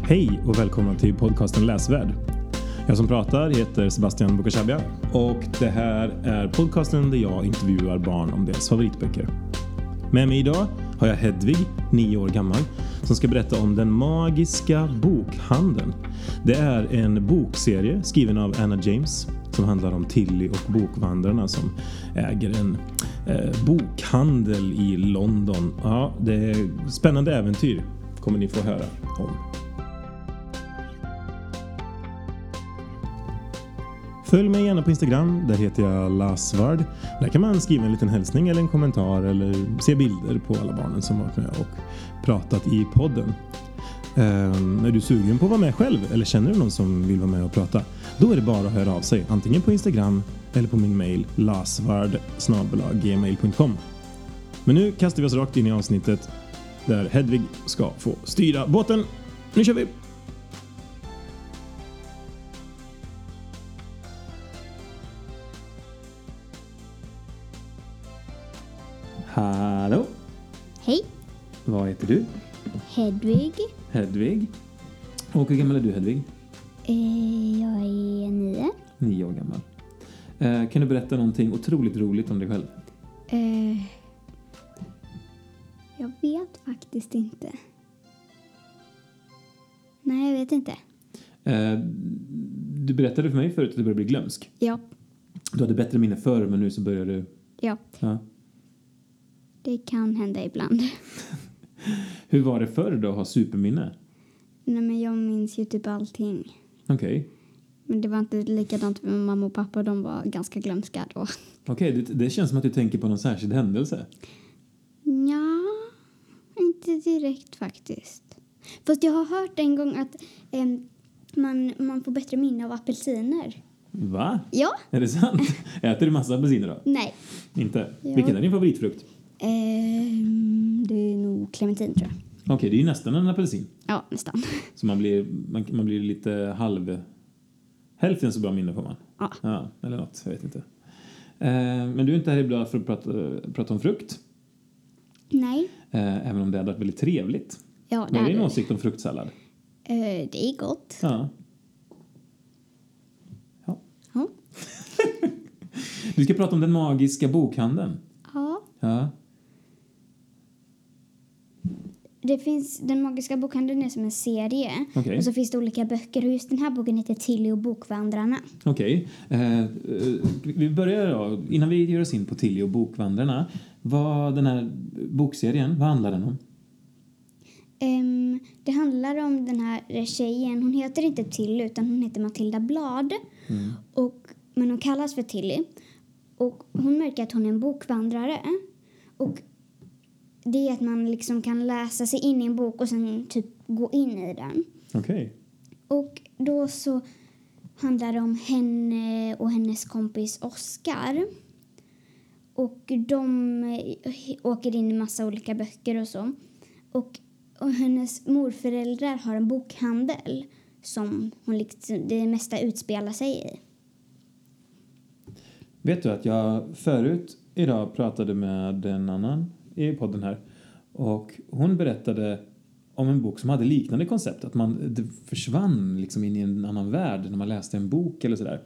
Hej och välkomna till podcasten Läsvärd. Jag som pratar heter Sebastian Bukashabia och det här är podcasten där jag intervjuar barn om deras favoritböcker. Med mig idag har jag Hedvig, 9 år gammal, som ska berätta om Den magiska bokhandeln. Det är en bokserie skriven av Anna James som handlar om Tilly och bokvandrarna som äger en bokhandel i London. Ja, det är spännande äventyr kommer ni få höra om. Följ mig gärna på Instagram, där heter jag Läsvärd. Där kan man skriva en liten hälsning eller en kommentar eller se bilder på alla barnen som varit med och pratat i podden. Är du sugen på att vara med själv eller känner du någon som vill vara med och prata? Då är det bara att höra av sig, antingen på Instagram eller på min mail lasvard@gmail.com. Men nu kastar vi oss rakt in i avsnittet där Hedvig ska få styra båten. Nu kör vi! Hallå! Hej! Vad heter du? Hedvig. Hedvig. Och hur gammal är du, Hedvig? Jag är 9. 9 år gammal. Kan du berätta någonting otroligt roligt om dig själv? Jag vet faktiskt inte. Nej, jag vet inte. Du berättade för mig förut att du började bli glömsk. Ja. Du hade bättre minne förr, men nu så börjar du... Ja. Det kan hända ibland. Hur var det förr då att ha superminne? Nej, men jag minns ju typ allting. Okej. Men det var inte likadant med mamma och pappa. De var ganska glömska då. Okej, det känns som att du tänker på någon särskild händelse. Ja, inte direkt faktiskt. Fast jag har hört en gång att man får bättre minne av apelsiner. Va? Ja. Är det sant? Äter du massa apelsiner då? Nej. Inte? Ja. Vilken är din favoritfrukt? Det är nog clementin, tror jag. Okej, det är ju nästan en apelsin. Ja, nästan. Så man blir lite hälften så bra minne får man. Ja, eller något, jag vet inte. Men du är inte här ibland för att prata om frukt. Nej. Även om det hade varit väldigt trevligt. Ja, Vad är din åsikt om fruktsallad? Det är gott. Ja. Ja. Du ska prata om Den magiska bokhandeln. Ja. Den magiska bokhandeln är som en serie. Okay. Och så finns det olika böcker. Och just den här boken heter Tilly och bokvandrarna. Okej. Vi börjar då. Innan vi gör oss in på Tilly och bokvandrarna. Den här bokserien, vad handlar den om? Det handlar om den här tjejen. Hon heter inte Tilly utan hon heter Matilda Blad. Men hon kallas för Tilly. Och hon märker att hon är en bokvandrare. Och det är att man liksom kan läsa sig in i en bok och sen typ gå in i den. Okej. Och då så handlar det om henne och hennes kompis Oscar. Och de åker in i massa olika böcker och så. Och hennes morföräldrar har en bokhandel som hon liksom, det mesta utspelar sig i. Vet du att jag förut idag pratade med en annan i podden här. Och hon berättade om en bok som hade liknande koncept. Att det försvann liksom in i en annan värld när man läste en bok eller sådär.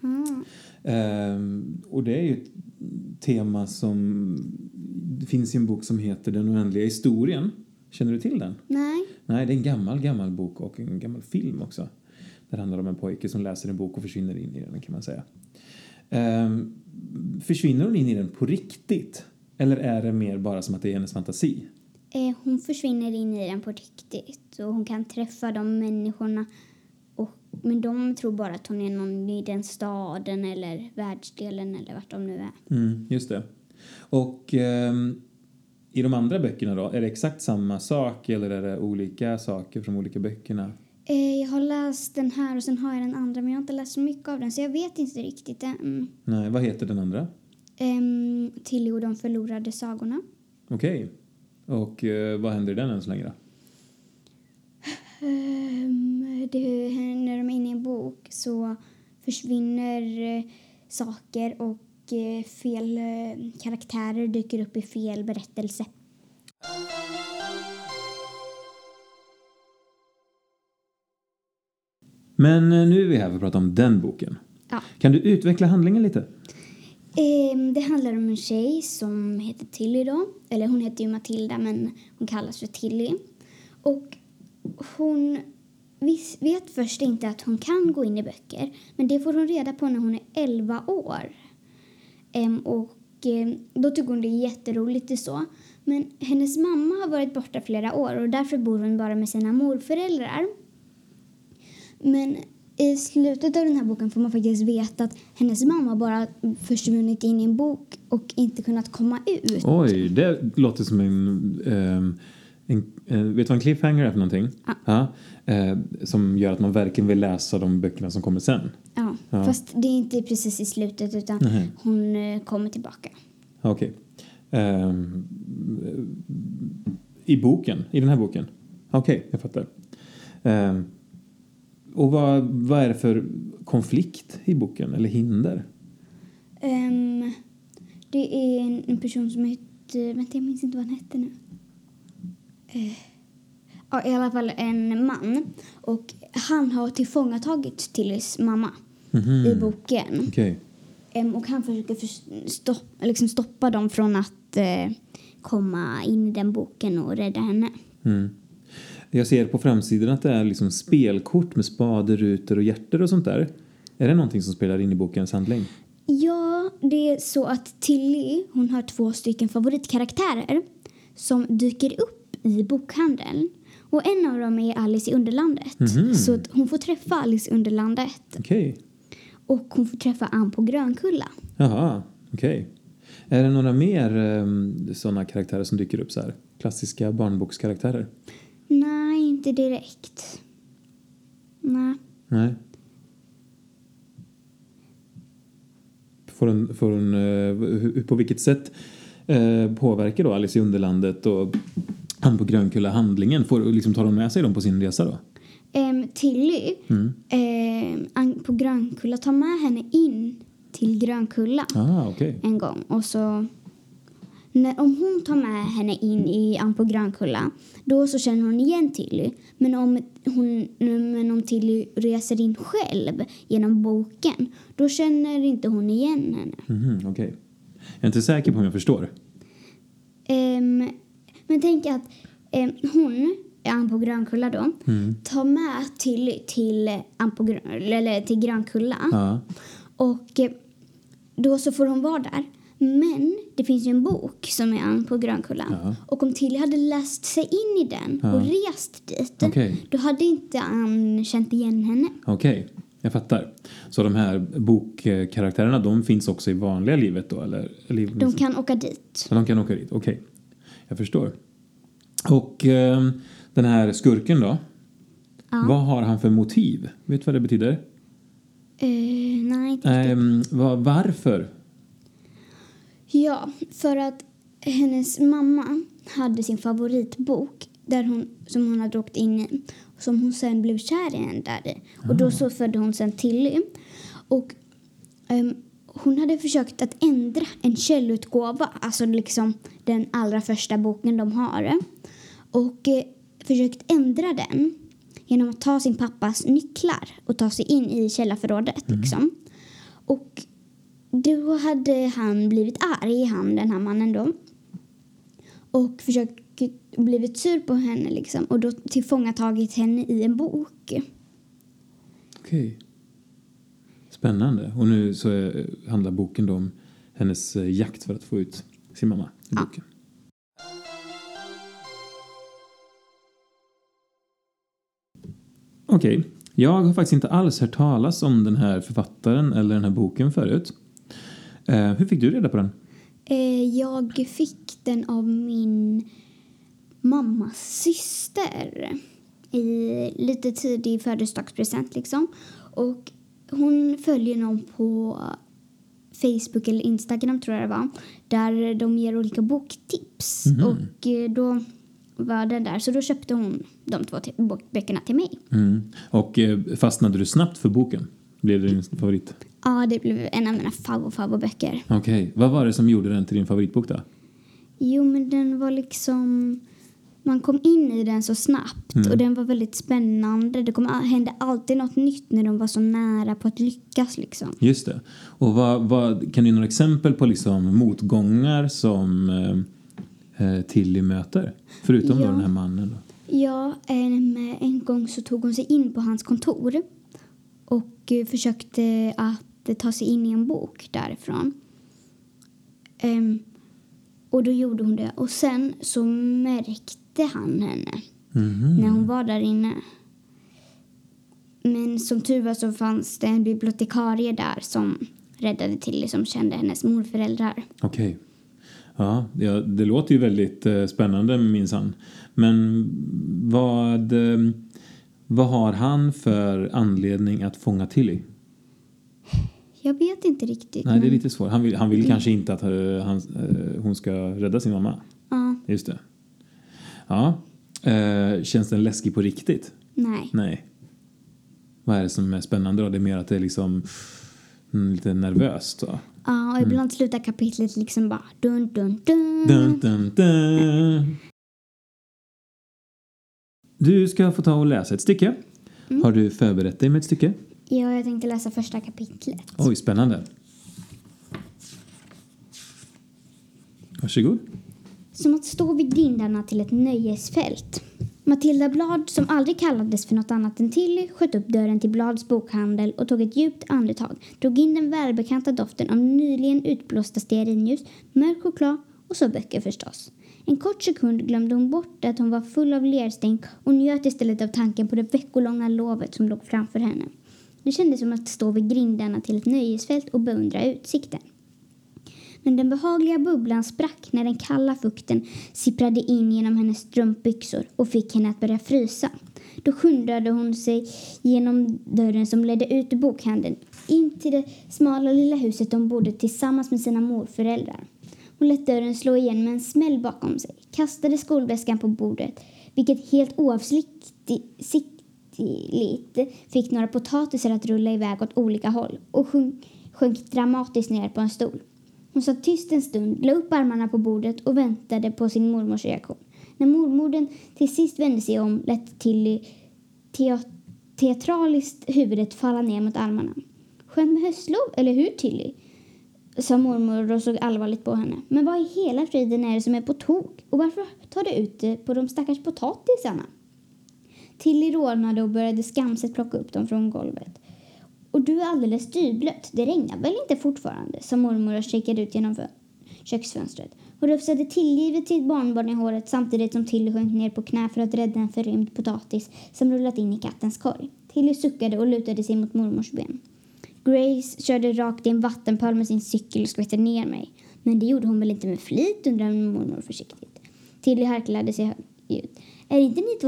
Och det är ju ett tema som... Det finns ju en bok som heter Den oändliga historien. Känner du till den? Nej. Nej, det är en gammal bok och en gammal film också. Det handlar om en pojke som läser en bok och försvinner in i den, kan man säga. Försvinner hon in i den på riktigt? Eller är det mer bara som att det är hennes fantasi? Hon försvinner in i den på riktigt. Och hon kan träffa de människorna. Men de tror bara att hon är någon i den staden eller världsdelen eller vart de nu är. Just det. Och i de andra böckerna då? Är det exakt samma sak eller är det olika saker från olika böckerna? Jag har läst den här och sen har jag den andra. Men jag har inte läst så mycket av den så jag vet inte riktigt än. Nej, vad heter den andra? Tilly och de förlorade sagorna. Okej. Och vad händer i den än så länge då? När de är inne i en bok så försvinner saker och fel karaktärer dyker upp i fel berättelse. Men nu är vi här för att prata om den boken. Ja. Kan du utveckla handlingen lite? Det handlar om en tjej som heter Tilly då. Eller hon heter ju Matilda, men hon kallas för Tilly. Och hon vet först inte att hon kan gå in i böcker. Men det får hon reda på när hon är 11 år. Då tycker hon det är jätteroligt och så. Men hennes mamma har varit borta flera år och därför bor hon bara med sina morföräldrar. Men i slutet av den här boken får man faktiskt veta att hennes mamma bara försvunnit in i en bok och inte kunnat komma ut. Oj, det låter som vet du vad en cliffhanger är för någonting? Ja. Som gör att man verkligen vill läsa de böckerna som kommer sen. Ja. Fast det är inte precis i slutet utan hon kommer tillbaka. Okej. I den här boken? Okej, jag fattar. Och vad är det för konflikt i boken eller hinder? Det är en person som heter... Vänta, jag minns inte vad han hette nu. I alla fall en man. Och han har tillfångatagit Tillys mamma i boken. Okay. Och han försöker stoppa dem från att komma in i den boken och rädda henne. Jag ser på framsidan att det är liksom spelkort med spader, rutor och hjärter och sånt där. Är det någonting som spelar in i bokens handling? Ja, det är så att Tilly, hon har 2 favoritkaraktärer som dyker upp i bokhandeln. Och en av dem är Alice i Underlandet. Så att hon får träffa Alice i Underlandet. Okej. Och hon får träffa Ann på Grönkulla. Jaha, okej. Är det några mer sådana karaktärer som dyker upp så här? Klassiska barnbokskaraktärer? Nej, inte direkt. Nej. Får hon på vilket sätt påverkar då Alice i Underlandet och Ann på Grönkulla handlingen? Tar de med sig dem på sin resa då? Tilly Ann på Grönkulla tar med henne in till Grönkulla en gång. Och så om hon tar med henne in i Ann på Grönkulla, då så känner hon igen Tilly. Men om Tilly reser in själv genom boken, då känner inte hon igen henne. Okej. Jag är inte säker på om jag förstår. Men tänk att hon, Ann på Grönkulla då, tar med Tilly till Grönkulla. Och då så får hon vara där. Men det finns ju en bok som är Ann på Grönkulla. Och om Tilly hade läst sig in i den och rest dit, då hade inte Ann känt igen henne. Okej, jag fattar. Så de här bokkaraktärerna, de finns också i vanliga livet då? Eller de kan åka dit. Ja, de kan åka dit, okej. Jag förstår. Och den här skurken då? Vad har han för motiv? Vet du vad det betyder? Nej, inte riktigt. Varför? Ja, för att hennes mamma hade sin favoritbok som hon hade åkt in i. Som hon sen blev kär i henne där. Och då så födde hon sen Tilly. Och hon hade försökt att ändra en källutgåva. Alltså liksom den allra första boken de har. Och försökt ändra den genom att ta sin pappas nycklar och ta sig in i källarförrådet liksom. Och då hade han blivit arg, den här mannen då. Och blivit sur på henne liksom. Och då tillfångatagit henne i en bok. Okej. Spännande. Och nu så handlar boken då om hennes jakt för att få ut sin mamma i boken. Okej. Jag har faktiskt inte alls hört talas om den här författaren eller den här boken förut. Hur fick du reda på den? Jag fick den av min mammas syster i lite tidig födelsedagspresent liksom. Och hon följer någon på Facebook eller Instagram tror jag det var, där de ger olika boktips. Och då var den där, så då köpte hon de 2 böckerna till mig. Och fastnade du snabbt för boken? Blev det din favorit? Ja, det blev en av mina favoritböcker. Okej. Vad var det som gjorde den till din favoritbok då? Jo, men den var liksom... man kom in i den så snabbt. Och den var väldigt spännande. Det hände alltid något nytt när de var så nära på att lyckas liksom. Just det. Och vad kan du ge några exempel på liksom motgångar som Tilly möter? Förutom då den här mannen då? Ja, en gång så tog hon sig in på hans kontor och försökte att ta sig in i en bok därifrån. Och då gjorde hon det. Och sen så märkte han henne när hon var där inne. Men som tur var så fanns det en bibliotekarie där som räddade till, som kände hennes morföräldrar. Okej. Ja, det låter ju väldigt spännande minsann. Men vad har han för anledning att fånga Tilly? Jag vet inte riktigt. Nej, det är lite svårt. Han vill kanske inte att hon ska rädda sin mamma. Ja. Just det. Ja. Känns den läskig på riktigt? Nej. Vad är det som är spännande då? Det är mer att det är liksom lite nervöst då. Ja, och ibland slutar kapitlet liksom bara dun dun dun. Dun dun dun. Du ska få ta och läsa ett stycke. Har du förberett dig med ett stycke? Ja, jag tänkte läsa första kapitlet. Oj, spännande. Varsågod. Som att stå vid grindarna till ett nöjesfält. Matilda Blad, som aldrig kallades för något annat än Tilly, sköt upp dörren till Blads bokhandel och tog ett djupt andetag. Drog in den välbekanta doften av nyligen utblåsta stearinljus, mörk choklad och så böcker förstås. En kort sekund glömde hon bort att hon var full av lerstänk och njöt istället av tanken på det veckolånga lovet som låg framför henne. Det kändes som att stå vid grindarna till ett nöjesfält och beundra utsikten. Men den behagliga bubblan sprack när den kalla fukten sipprade in genom hennes strumpbyxor och fick henne att börja frysa. Då skyndade hon sig genom dörren som ledde ut ur bokhandeln in till det smala lilla huset de bodde tillsammans med sina morföräldrar. Hon lät dörren slå igen med en smäll bakom sig, kastade skolväskan på bordet, vilket helt oavsiktligt fick några potatisar att rulla iväg åt olika håll och sjönk dramatiskt ner på en stol. Hon satt tyst en stund, la upp armarna på bordet och väntade på sin mormors reaktion. När mormodern till sist vände sig om lät Tilly teatraliskt huvudet falla ner mot armarna. Skönt med höstlov, eller hur Tilly? Sa mormor och såg allvarligt på henne. Men vad i hela friden är det som är på tok? Och varför tar du ut det på de stackars potatisarna? Tilly rodnade och började skamset plocka upp dem från golvet. Och du är alldeles styrblött. Det regnar väl inte fortfarande? Sa mormor och kikade ut genom köksfönstret. Och rufsade tillgivet till barnbarn i håret samtidigt som Tilly sjönk ner på knä för att rädda en förrymd potatis som rullat in i kattens korg. Tilly suckade och lutade sig mot mormors ben. Grace körde rakt i en vattenpöl med sin cykel och skvätte ner mig. Men det gjorde hon väl inte med flit, undrade mormor försiktigt. Tilly harklade sig ut. Är inte ni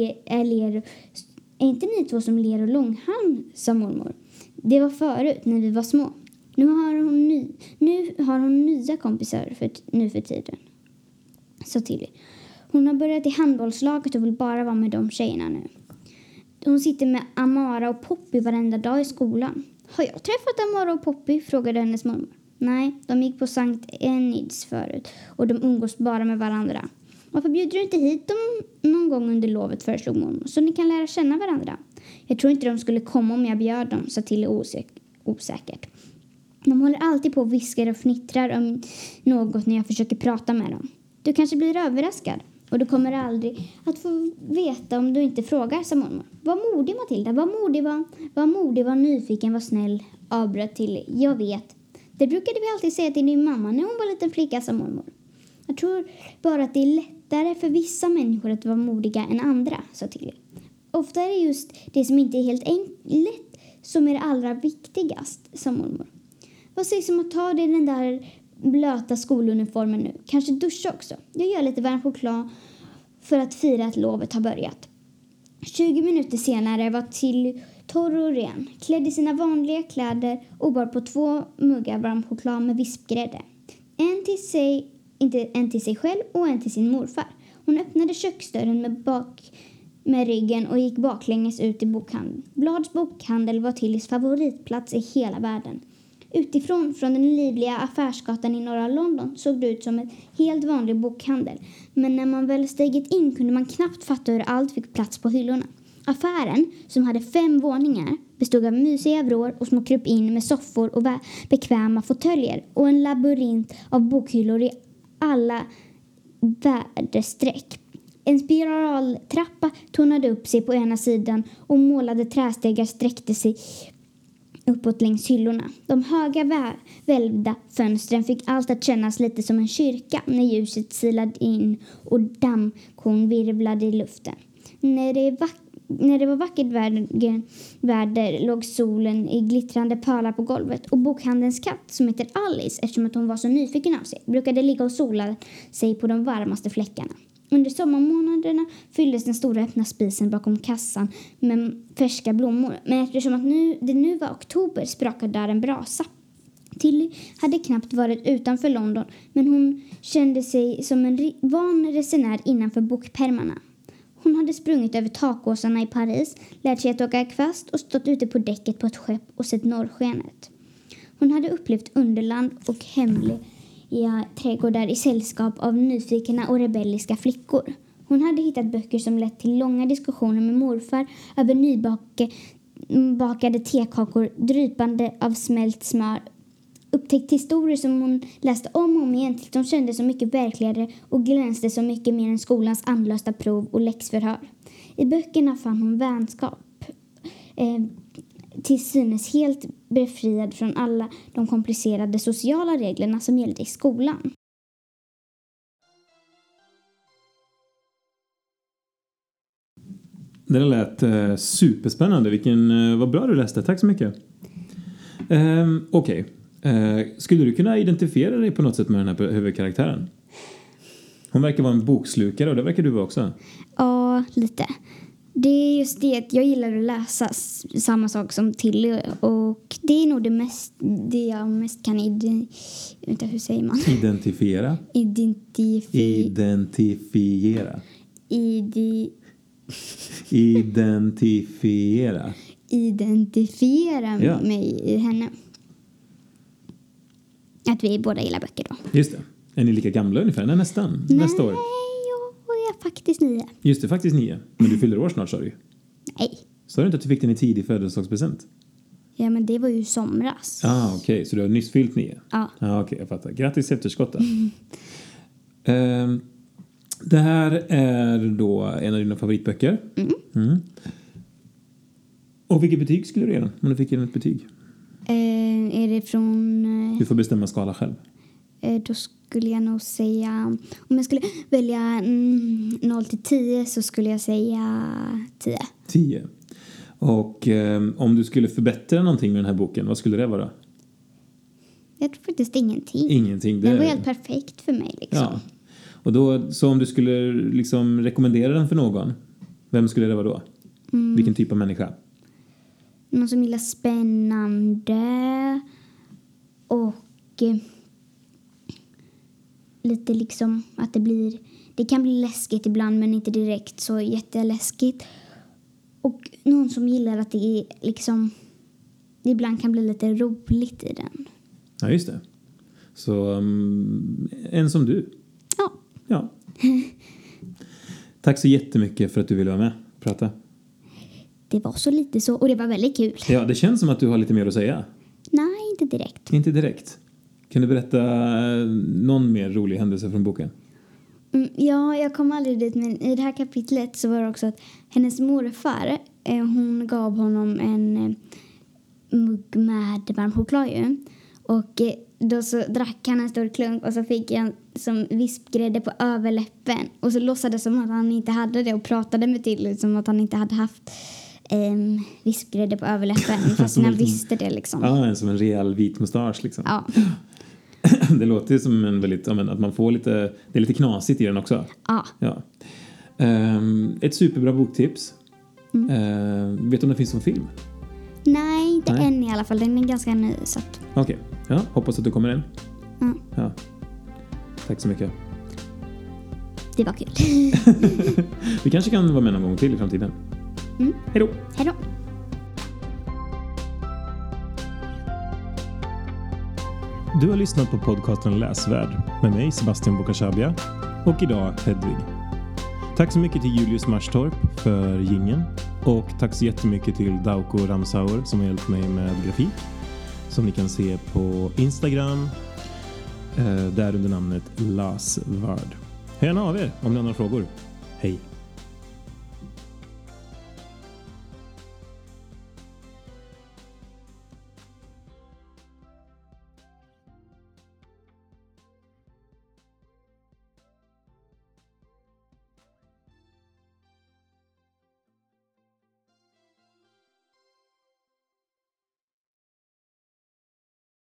två som ler och långhalm, sa mormor. Det var förut, när vi var små. Nu har hon nya kompisar nu för tiden, sa Tilly. Hon har börjat i handbollslaget och vill bara vara med de tjejerna nu. Hon sitter med Amara och Poppy varenda dag i skolan. Har jag träffat Amara och Poppy? Frågade hennes mormor. Nej, de gick på Sankt Enids förut och de umgås bara med varandra. Varför bjuder du inte hit dem någon gång under lovet, föreslog mormor, så ni kan lära känna varandra? Jag tror inte de skulle komma om jag bjöd dem, sa Tilly osäkert. De håller alltid på och viskar och fnittrar om något när jag försöker prata med dem. Du kanske blir överraskad och du kommer aldrig att få veta om du inte frågar, sa mormor. Var modig, Matilda, var modig, var nyfiken, var snäll, avbröt Tilly. Jag vet. Det brukade vi alltid säga till din mamma när hon var liten flicka, sa mormor. Jag tror bara att det är lättare för vissa människor att vara modiga än andra, sa Tilly. Ofta är det just det som inte är helt lätt som är det allra viktigast, sa mormor. Vad sägs om att ta dig den där blöta skoluniformen nu? Kanske duscha också. Jag gör lite varm choklad för att fira att lovet har börjat. 20 minuter senare var Tilly torr och ren, klädd i sina vanliga kläder och bar på 2 muggar varm choklad med vispgrädde. En till sig själv och en till sin morfar. Hon öppnade köksdörren med ryggen och gick baklänges ut i bokhandeln. Blads bokhandel var Tillys favoritplats i hela världen. Utifrån, från den livliga affärsgatan i norra London, såg det ut som en helt vanlig bokhandel. Men när man väl stigit in kunde man knappt fatta hur allt fick plats på hyllorna. Affären, som hade 5 våningar, bestod av mysiga vrår och små krypin med soffor och bekväma fåtöljer och en labyrint av bokhyllor i alla väderstreck. En spiraltrappa tonade upp sig på ena sidan och målade trästegar sträckte sig uppåt längs hyllorna. De höga välvda fönstren fick allt att kännas lite som en kyrka när ljuset silade in och dammkorn virvlade i luften. När det var vackert väder låg solen i glittrande pölar på golvet och bokhandelns katt, som heter Alice eftersom att hon var så nyfiken av sig, brukade ligga och sola sig på de varmaste fläckarna. Under sommarmånaderna fylldes den stora öppna spisen bakom kassan med färska blommor. Men eftersom att det nu var oktober sprakade där en brasa. Tilly hade knappt varit utanför London, men hon kände sig som en van resenär innanför bokpärmarna. Hon hade sprungit över takåsarna i Paris, lärt sig att åka kvast och stått ute på däcket på ett skepp och sett norrskenet. Hon hade upplevt underland och hemliga trädgårdar i sällskap av nyfikna och rebelliska flickor. Hon hade hittat böcker som lett till långa diskussioner med morfar över nybakade tekakor drypande av smält smör. Upptäckt historier som hon läste om och om igen tills de kände så mycket verkligare och glänste så mycket mer än skolans andlösa prov och läxförhör. I böckerna fann hon vänskap, till synes helt befriad från alla de komplicerade sociala reglerna som gällde i skolan. Det lät superspännande. Vad bra du läste. Tack så mycket. Okej. Skulle du kunna identifiera dig på något sätt med den här huvudkaraktären? Hon verkar vara en bokslukare och det verkar du vara också. Ja, lite. Det är just det att jag gillar att läsa samma sak som Tilly och det är nog det jag mest kan hur säger man? Identifiera. Identifiera mig i henne. Att vi båda gillar böcker då. Just det. Är ni lika gamla ungefär? Nästan. Nej, nästa år. Jag är faktiskt 9. Just det, faktiskt 9. Men du fyller år snart, sa du. Nej. Sa du inte att du fick den i tidig födelsedagspresent? Ja, men det var ju somras. Okej. Så du har nyss fyllt 9? Ja. Okej, jag fattar. Grattis efterskott då. Det här är då en av dina favoritböcker. Mm. Och vilket betyg skulle du ge den? Om du fick ge den ett betyg? Är det från... Du får bestämma skala själv. Då skulle jag nog säga... Om jag skulle välja 0 till 10 så skulle jag säga 10. 10. Och om du skulle förbättra någonting med den här boken, vad skulle det vara? Jag tror faktiskt ingenting. Ingenting. Den var helt perfekt för mig liksom. Ja. Och då, så om du skulle liksom rekommendera den för någon, vem skulle det vara då? Vilken typ av människa? Någon som gillar spännande och lite liksom att det kan bli läskigt ibland men inte direkt så jätteläskigt. Och någon som gillar att det är liksom det ibland kan bli lite roligt i den. Ja, just det. Så en som du. Ja. Tack så jättemycket för att du ville vara med och prata. Det var så lite så och det var väldigt kul. Ja, det känns som att du har lite mer att säga. Nej, inte direkt. Inte direkt. Kan du berätta någon mer rolig händelse från boken? Ja, jag kom aldrig dit, men i det här kapitlet så var det också att hennes morfar, hon gav honom en mugg med varm choklad ju. Och då så drack han en stor klunk och så fick han som vispgrädde på överläppen. Och så låtsades som att han inte hade det och pratade med till som att han inte hade haft vispgrädde på överläppen. Fast han visste det liksom. Ja, som en rejäl vit mustasch liksom. Ja. Det låter som en väldigt, att man får lite, det är lite knasigt i den också. Ja. Ett superbra boktips. Vet du om det finns som film? Nej, inte än i alla fall. Den är ganska ny. Okej. Ja, hoppas att du kommer in. Ja. Tack så mycket. Det var kul. Vi kanske kan vara med någon gång till i framtiden. Hej då. Du har lyssnat på podcasten Läsvärd med mig Sebastian Bokashabia och idag Hedvig. Tack så mycket till Julius Marstorp för jingeln och tack så jättemycket till Dauko Ramsauer som har hjälpt mig med grafik som ni kan se på Instagram där under namnet Läsvärd. Hör gärna av er om ni har några frågor. Hej!